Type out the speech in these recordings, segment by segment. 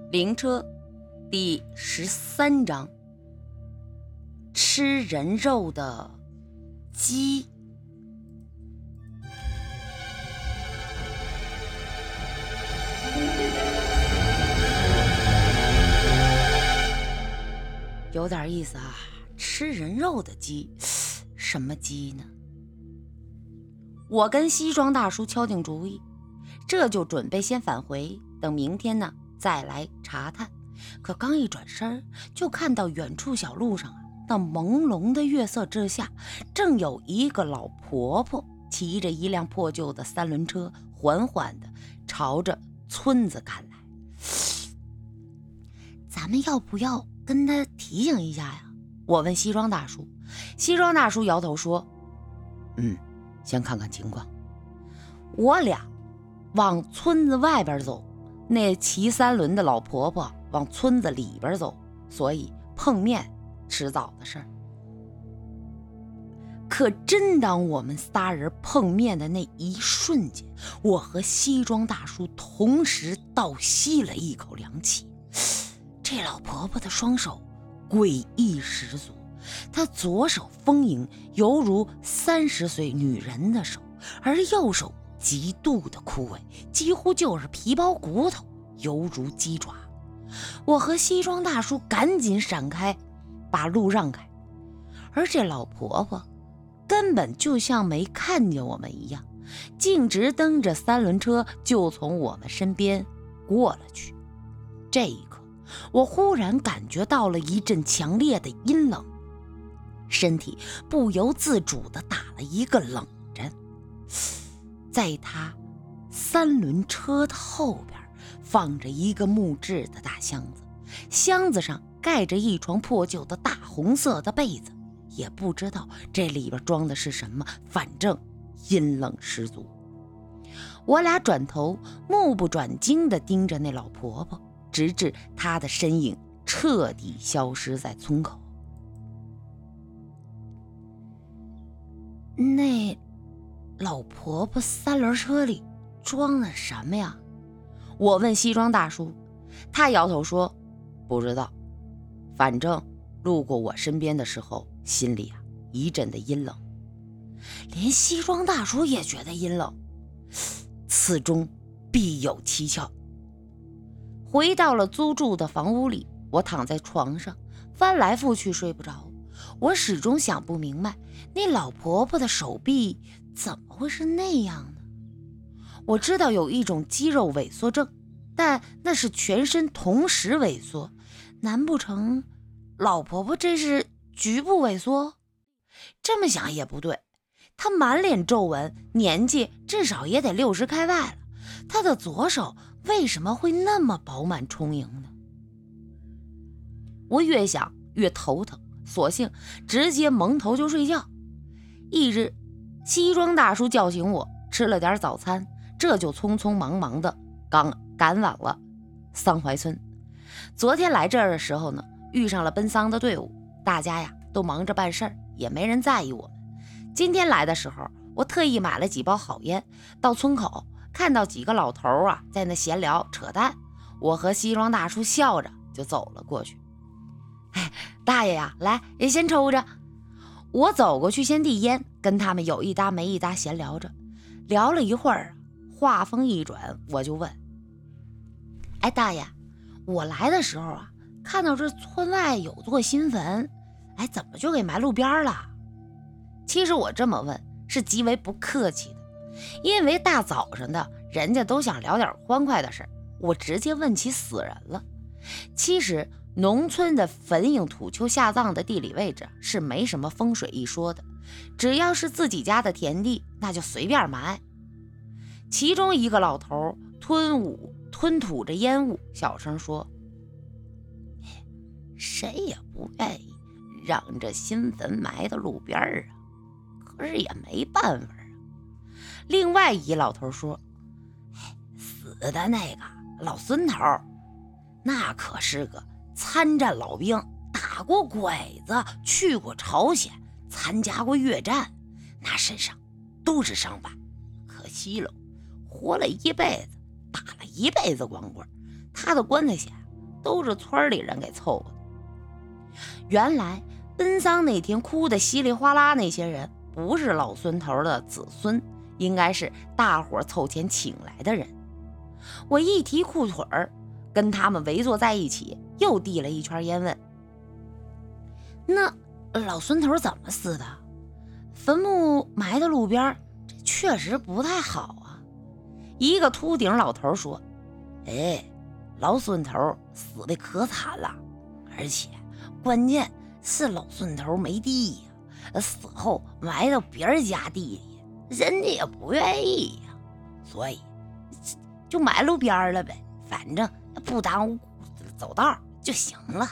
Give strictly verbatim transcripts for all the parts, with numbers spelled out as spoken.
灵车第十三章，吃人肉的鸡。有点意思啊，吃人肉的鸡，什么鸡呢？我跟西装大叔敲定主意，这就准备先返回，等明天呢再来查探。可刚一转身，就看到远处小路上啊，那朦胧的月色之下，正有一个老婆婆骑着一辆破旧的三轮车，缓缓地朝着村子赶来。咱们要不要跟他提醒一下呀？我问西装大叔。西装大叔摇头说， 嗯，先看看情况。 我俩往村子外边走，那骑三轮的老婆婆往村子里边走，所以碰面迟早的事儿。可真当我们仨人碰面的那一瞬间，我和西装大叔同时倒吸了一口凉气。这老婆婆的双手诡异十足，她左手丰盈，犹如三十岁女人的手，而右手极度的枯萎，几乎就是皮包骨头，犹如鸡爪。我和西装大叔赶紧闪开，把路让开，而这老婆婆根本就像没看见我们一样，径直蹬着三轮车就从我们身边过了去。这一刻，我忽然感觉到了一阵强烈的阴冷，身体不由自主地打了一个冷战。在他三轮车的后边放着一个木质的大箱子，箱子上盖着一床破旧的大红色的被子，也不知道这里边装的是什么，反正阴冷十足。我俩转头目不转睛地盯着那老婆婆，直至她的身影彻底消失在村口。那老婆婆三轮车里装的什么呀？我问西装大叔，他摇头说不知道，反正路过我身边的时候，心里啊一阵的阴冷。连西装大叔也觉得阴冷，此中必有蹊跷。回到了租住的房屋里，我躺在床上翻来覆去睡不着。我始终想不明白，那老婆婆的手臂怎么会是那样呢？我知道有一种肌肉萎缩症，但那是全身同时萎缩，难不成老婆婆这是局部萎缩？这么想也不对，她满脸皱纹，年纪至少也得六十开外了，她的左手为什么会那么饱满充盈呢？我越想越头疼，索性直接蒙头就睡觉。翌日，西装大叔叫醒我，吃了点早餐，这就匆匆忙忙的刚赶往了桑槐村。昨天来这儿的时候呢，遇上了奔丧的队伍，大家呀都忙着办事儿，也没人在意我们。今天来的时候，我特意买了几包好烟，到村口看到几个老头啊在那闲聊扯淡，我和西装大叔笑着就走了过去。哎，大爷呀，来，也先抽着。我走过去先递烟，跟他们有一搭没一搭闲聊着。聊了一会儿，话锋一转，我就问，哎，大爷，我来的时候啊，看到这村外有座新坟，哎，怎么就给埋路边了？其实我这么问是极为不客气的，因为大早上的人家都想聊点欢快的事，我直接问起死人了。其实农村的坟茔土丘下葬的地理位置是没什么风水一说的，只要是自己家的田地，那就随便埋。其中一个老头吞舞吞吐着烟雾，小声说，谁也不愿意让这新坟埋到路边啊，可是也没办法啊。另外一老头说，死的那个老孙头那可是个参战老兵，打过鬼子，去过朝鲜，参加过越战，那身上都是伤疤，可惜了，活了一辈子，打了一辈子光棍，他的棺材钱都是村里人给凑的。原来奔丧那天哭得稀里哗啦那些人不是老孙头的子孙，应该是大伙凑钱请来的人。我一提裤腿儿，跟他们围坐在一起，又递了一圈烟问：那老孙头怎么死的？坟墓埋在路边，这确实不太好啊。一个秃顶老头说：哎，老孙头死的可惨了，而且关键是老孙头没地呀，死后埋到别人家地里，人家也不愿意呀，所以就埋路边了呗，反正不耽误走道就行了。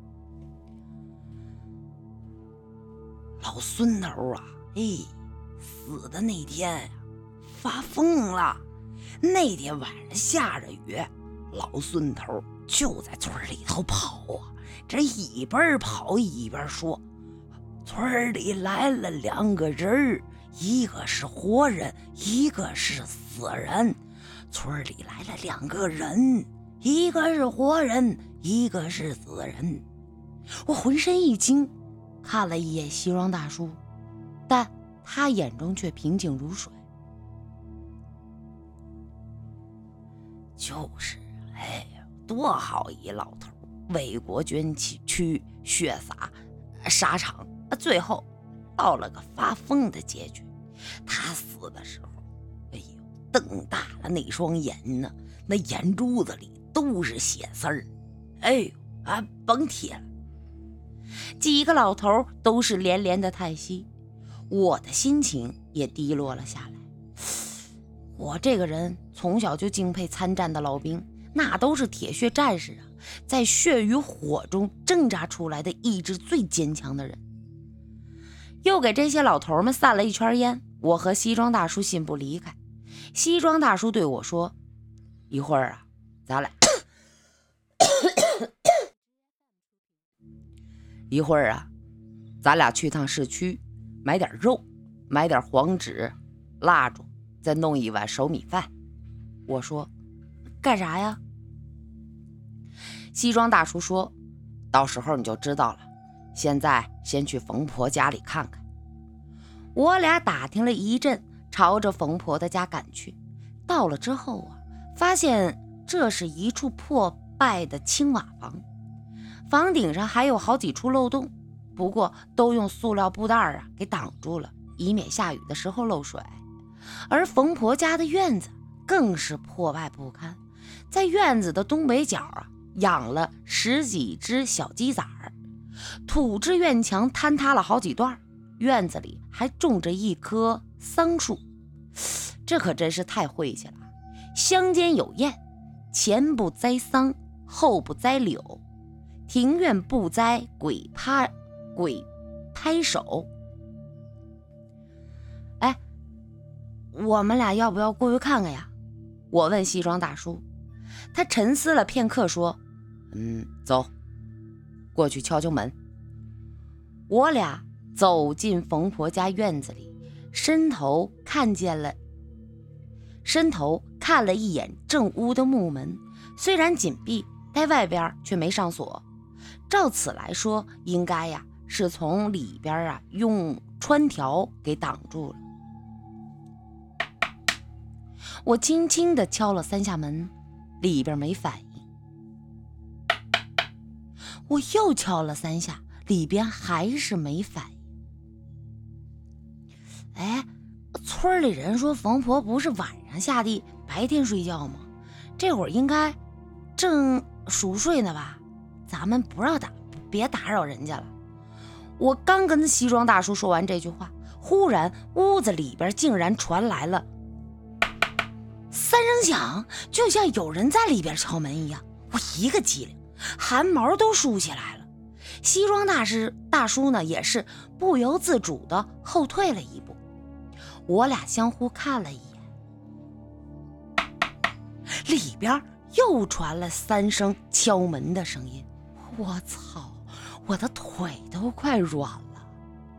老孙头啊，哎，死的那天呀，发疯了。那天晚上下着雨，老孙头就在村里头跑啊，这一边跑一边说：村里来了两个人，一个是活人，一个是死人。村里来了两个人，一个是活人，一个是死人。我浑身一惊，看了一眼西装大叔，但他眼中却平静如水。就是，哎呀，多好一老头，为国捐躯，血洒沙场，最后到了个发疯的结局。他死的时候，哎呦，瞪大了那双眼呢，那眼珠子里都是血丝儿。哎呦啊，甭提了。几个老头都是连连的叹息，我的心情也低落了下来。我这个人从小就敬佩参战的老兵，那都是铁血战士啊，在血与火中挣扎出来的意志最坚强的人。又给这些老头们散了一圈烟，我和西装大叔信步离开。西装大叔对我说：一会儿啊，咱俩一会儿啊，咱俩去趟市区，买点肉，买点黄纸、蜡烛，再弄一碗熟米饭。我说：干啥呀？西装大叔说：到时候你就知道了，现在先去冯婆家里看看。我俩打听了一阵，朝着冯婆的家赶去。到了之后啊，发现这是一处破败的青瓦房，房顶上还有好几处漏洞，不过都用塑料布袋啊给挡住了，以免下雨的时候漏水。而冯婆家的院子更是破败不堪，在院子的东北角啊，养了十几只小鸡崽儿，土质院墙坍塌了好几段，院子里还种着一棵桑树。这可真是太晦气了，乡间有谚，前不栽桑，后不栽柳，庭院不栽鬼拍鬼拍手。哎，我们俩要不要过去看看呀？我问西装大叔。他沉思了片刻说：嗯，走，过去敲敲门。我俩走进冯婆家院子里，伸头看见了伸头看了一眼正屋的木门，虽然紧闭，但外边却没上锁。照此来说，应该呀是从里边啊用穿条给挡住了。我轻轻地敲了三下门，里边没反应。我又敲了三下，里边还是没反应。哎，村里人说冯婆不是晚上下地，白天睡觉吗？这会儿应该正熟睡呢吧？咱们不要打，别打扰人家了。我刚跟西装大叔说完这句话，忽然屋子里边竟然传来了三声响，就像有人在里边敲门一样。我一个机灵，汗毛都竖起来了。西装大师大叔呢，也是不由自主的后退了一步。我俩相互看了一眼，里边又传了三声敲门的声音。我操，我的腿都快软了。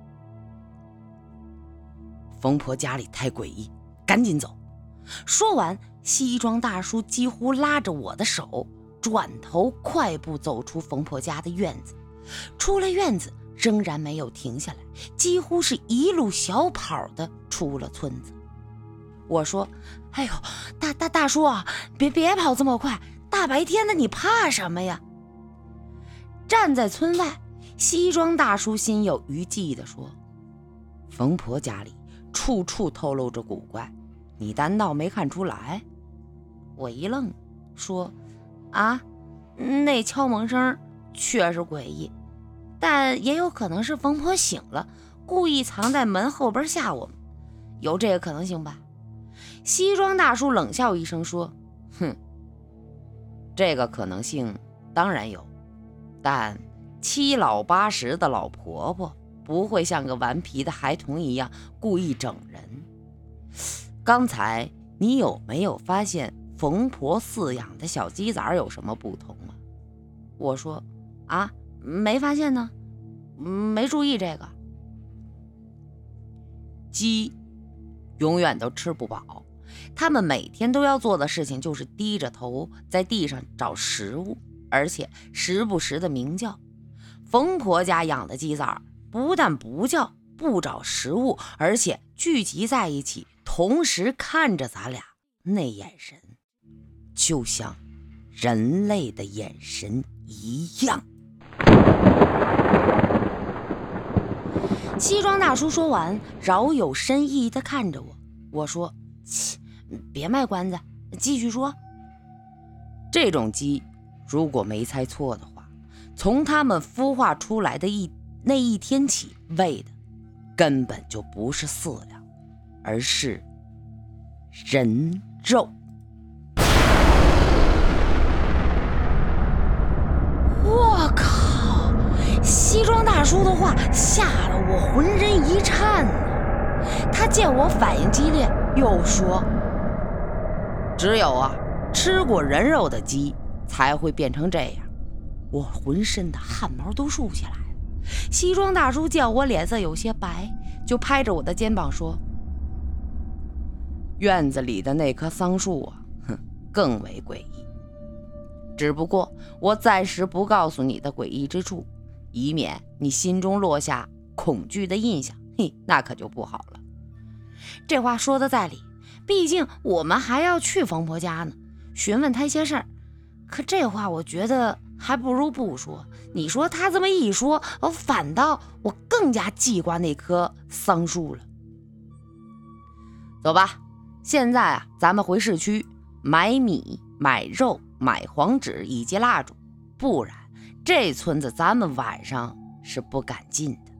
冯婆家里太诡异，赶紧走。说完，西装大叔几乎拉着我的手转头快步走出冯婆家的院子，出了院子仍然没有停下来，几乎是一路小跑的出了村子。我说：哎呦，大大大叔啊，别别跑这么快，大白天的你怕什么呀？站在村外，西装大叔心有余悸地说： 冯婆家里处处透露着古怪，你难道没看出来？ 我一愣，说：啊，那敲门声确实诡异，但也有可能是冯婆醒了，故意藏在门后边吓我们，有这个可能性吧？西装大叔冷笑一声说： 哼，这个可能性当然有，但七老八十的老婆婆不会像个顽皮的孩童一样故意整人。刚才你有没有发现冯婆饲养的小鸡仔有什么不同啊？ 我说：啊，没发现呢，没注意这个。 鸡永远都吃不饱，他们每天都要做的事情就是低着头在地上找食物，而且时不时的鸣叫。冯婆家养的鸡仔不但不叫不找食物，而且聚集在一起，同时看着咱俩，那眼神就像人类的眼神一样。 西装大叔说完，饶有深意地看着我。我说：切，别卖关子，继续说。 这种鸡如果没猜错的话，从它们孵化出来的一那一天起，喂的根本就不是饲料，而是人肉。 我靠！西装大叔的话吓了我浑身一颤呢。他见我反应激烈，又说： 只有啊，吃过人肉的鸡才会变成这样。 我浑身的汗毛都竖起来了。西装大叔见我脸色有些白，就拍着我的肩膀说： 院子里的那棵桑树啊，哼，更为诡异。只不过我暂时不告诉你的诡异之处，以免你心中落下恐惧的印象，嘿，那可就不好了。 这话说的在理，毕竟我们还要去冯婆家呢，询问他一些事儿。可这话我觉得还不如不说。你说他这么一说，反倒我更加记挂那棵桑树了。 走吧，现在啊，咱们回市区买米、买肉、买黄纸以及蜡烛，不然这村子咱们晚上是不敢进的。